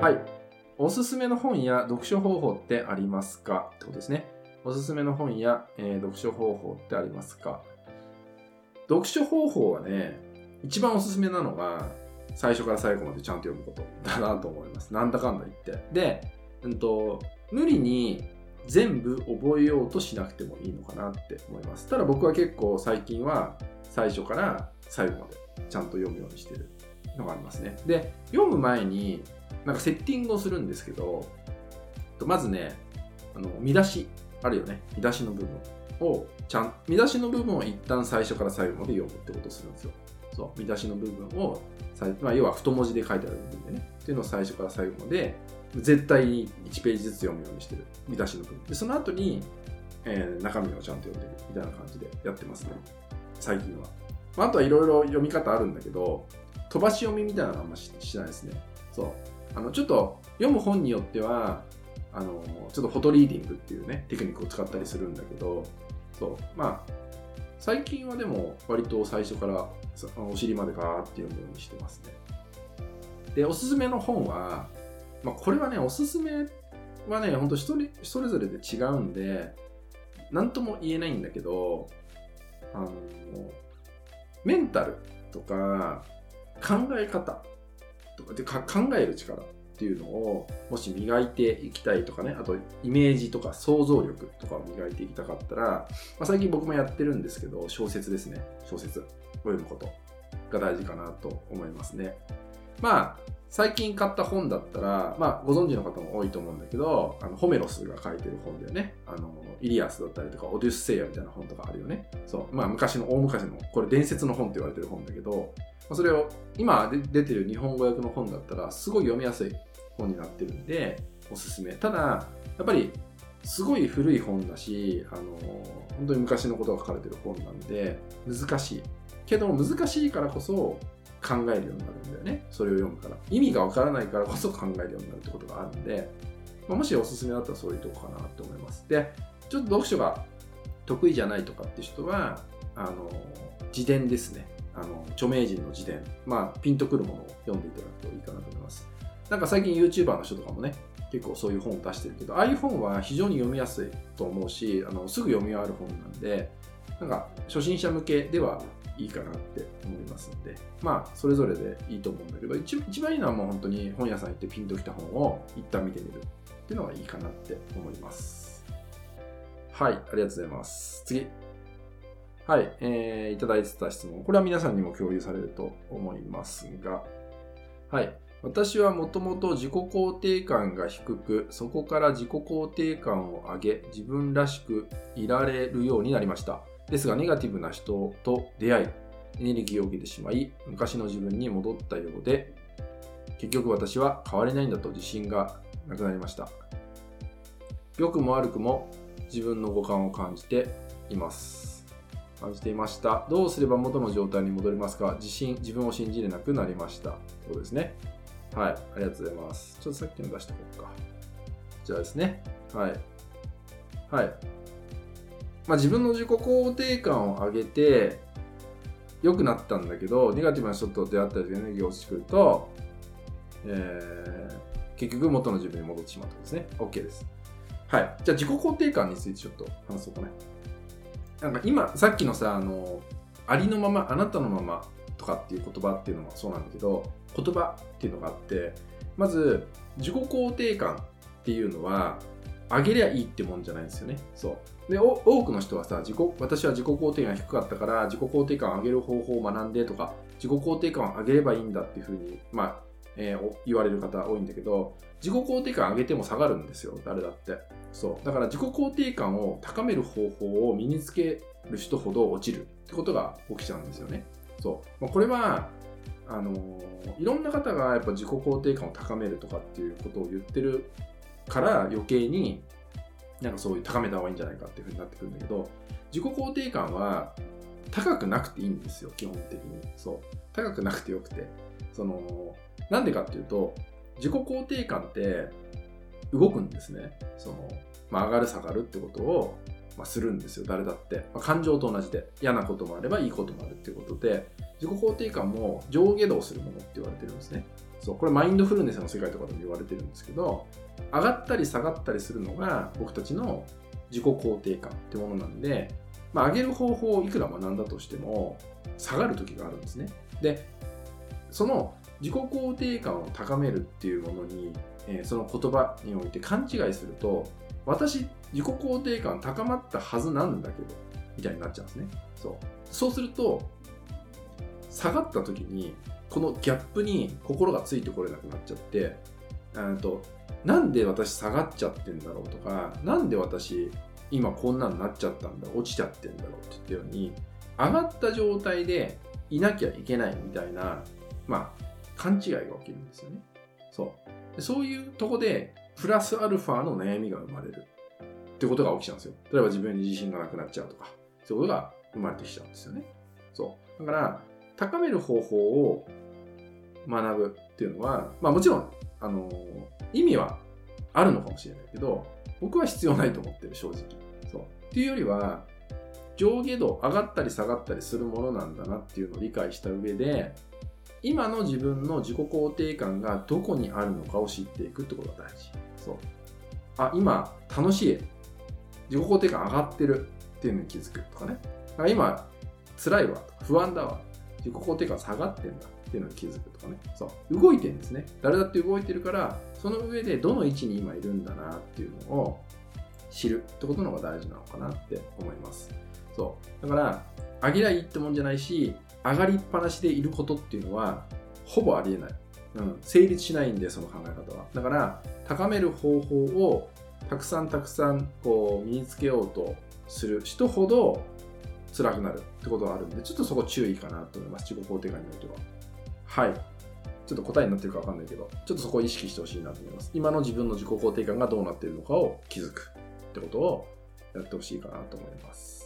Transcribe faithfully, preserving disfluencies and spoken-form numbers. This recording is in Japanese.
はい。おすすめの本や読書方法ってありますかってことですね。おすすめの本や、えー、読書方法ってありますか。読書方法はね、一番おすすめなのが、最初から最後までちゃんと読むことだなと思います。なんだかんだ言って。で、うんと、無理に全部覚えようとしなくてもいいのかなって思います。ただ僕は結構最近は最初から最後までちゃんと読むようにしてるのがありますね。で、読む前になんかセッティングをするんですけど、まずね、あの見出しあるよね。見出しの部分をちゃん見出しの部分を一旦最初から最後まで読むってことをするんですよ。そう見出しの部分を、まあ、要は太文字で書いてある部分でねっていうのを最初から最後まで絶対にいちページずつ読むようにしてる見出しの部分で、その後に、えー、中身をちゃんと読んでるみたいな感じでやってますね最近は。まあ、あとはいろいろ読み方あるんだけど、飛ばし読みみたいなのはあんま し, しないですね。そうあのちょっと読む本によってはあのちょっとフォトリーディングっていうねテクニックを使ったりするんだけど、そうまあ最近はでも割と最初からお尻までガーって読むようにしてますね。で、おすすめの本は、まあ、これはね、おすすめはね、ほんと一人それぞれで違うんで、なんとも言えないんだけど、あの、メンタルとか考え方とかでか考える力っていうのをもし磨いていきたいとかね、あとイメージとか想像力とかを磨いていきたかったら、まあ、最近僕もやってるんですけど、小説ですね。小説を読むことが大事かなと思いますね。まあ最近買った本だったら、まあご存知の方も多いと思うんだけど、あのホメロスが書いてる本だよね。あのイリアスだったりとかオデュッセイヤみたいな本とかあるよね。そう、まあ昔の大昔のこれ伝説の本って言われてる本だけど、それを今出てる日本語訳の本だったらすごい読みやすい本になってるんでおすすめ。ただやっぱりすごい古い本だし、あの本当に昔のことが書かれてる本なんで難しいけど、難しいからこそ考えるようになるんだよね。それを読むから意味がわからないからこそ考えるようになるってことがあるんで、まあ、もしおすすめだったらそういうとこかなと思います。で、ちょっと読書が得意じゃないとかって人はあの自伝ですね。あの著名人の自伝、まあピンとくるものを読んでいただくといいかなと思います。なんか最近 YouTuber の人とかもね、結構そういう本を出してるけど、ああいう本は非常に読みやすいと思うし、あのすぐ読み終わる本なんで、なんか初心者向けではいいかなって思いますので、まあそれぞれでいいと思うんだけど、一, 一番いいのはもう本当に本屋さん行ってピンときた本を一旦見てみるっていうのがいいかなって思います。はい、ありがとうございます。次。はい、えー、いただいてた質問。これは皆さんにも共有されると思いますが、はい。私はもともと自己肯定感が低く、そこから自己肯定感を上げ、自分らしくいられるようになりました。ですが、ネガティブな人と出会い、エネルギーを受けてしまい、昔の自分に戻ったようで、結局私は変われないんだと自信がなくなりました。良くも悪くも自分の五感を感じています。感じていました。どうすれば元の状態に戻れますか？自信、自分を信じれなくなりました。そうですね。はい、ありがとうございます。ちょっとさっきの出しておこうか。こちらですね。はい。はい。まあ、自分の自己肯定感を上げて良くなったんだけど、ネガティブな人と出会ったりエネルギーが落ちてくると、えー、結局元の自分に戻ってしまうとですね。OK です。はい。じゃあ自己肯定感についてちょっと話そうかね。なんか今、さっきのさ、あの、ありのまま、あなたのままとかっていう言葉っていうのもそうなんだけど、言葉っていうのがあって、まず自己肯定感っていうのは上げりゃいいってもんじゃないんですよね。そうで、多くの人はさ、自己私は自己肯定感低かったから自己肯定感を上げる方法を学んでとか、自己肯定感を上げればいいんだっていうふうに、まあえー、言われる方多いんだけど、自己肯定感上げても下がるんですよ、誰だって。そうだから自己肯定感を高める方法を身につける人ほど落ちるってことが起きちゃうんですよね。そう、まあ、これはあのー、いろんな方がやっぱ自己肯定感を高めるとかっていうことを言ってるから余計になんかそういう高めた方がいいんじゃないかっていうふうになってくるんだけど、自己肯定感は高くなくていいんですよ、基本的に。そう高くなくてよくて、そのなんでかっていうと、自己肯定感って動くんですね。その、まあ、上がる下がるってことを、 まあ、するんですよ、誰だって。まあ、感情と同じで、嫌なこともあればいいこともあるっていうことで、自己肯定感も上下動するものって言われてるんですね。そう、これマインドフルネスの世界とかでも言われてるんですけど、上がったり下がったりするのが僕たちの自己肯定感ってものなんで、まあ、上げる方法をいくら学んだとしても下がる時があるんですね。で、その自己肯定感を高めるっていうものに、えー、その言葉において勘違いすると、私自己肯定感高まったはずなんだけどみたいになっちゃうんですね。そう、そうすると下がった時にこのギャップに心がついてこれなくなっちゃって、あとなんで私下がっちゃってんだろうとか、なんで私今こんなになっちゃったんだ、落ちちゃってんだろうって言ったように、上がった状態でいなきゃいけないみたいな、まあ勘違いが起きるんですよね。そうで、そういうとこでプラスアルファの悩みが生まれるってことが起きちゃうんですよ。例えば自分に自信がなくなっちゃうとか、そういうことが生まれてきちゃうんですよね。そうだから高める方法を学ぶっていうのは、まあもちろんあの意味はあるのかもしれないけど、僕は必要ないと思ってる、正直。そうっていうよりは、上下度上がったり下がったりするものなんだなっていうのを理解した上で、今の自分の自己肯定感がどこにあるのかを知っていくってことが大事。そう。あ、今楽しい。自己肯定感上がってるっていうのに気づくとかね。あ、今辛いわとか不安だわ。自己肯定感下がってんだっていうのに気づくとかね。そう。動いてるんですね。誰だって動いてるから、その上でどの位置に今いるんだなっていうのを知るってことの方が大事なのかなって思います。そう。だから、上げりゃいいってもんじゃないし、上がりっぱなしでいることっていうのは、ほぼありえない。うん。成立しないんで、その考え方は。だから、高める方法をたくさんたくさんこう身につけようとする人ほど辛くなるってことがあるんで、ちょっとそこ注意かなと思います。自己肯定感においては。はい。ちょっと答えになってるかわかんないけど、ちょっとそこを意識してほしいなと思います。今の自分の自己肯定感がどうなっているのかを気づくってことをやってほしいかなと思います。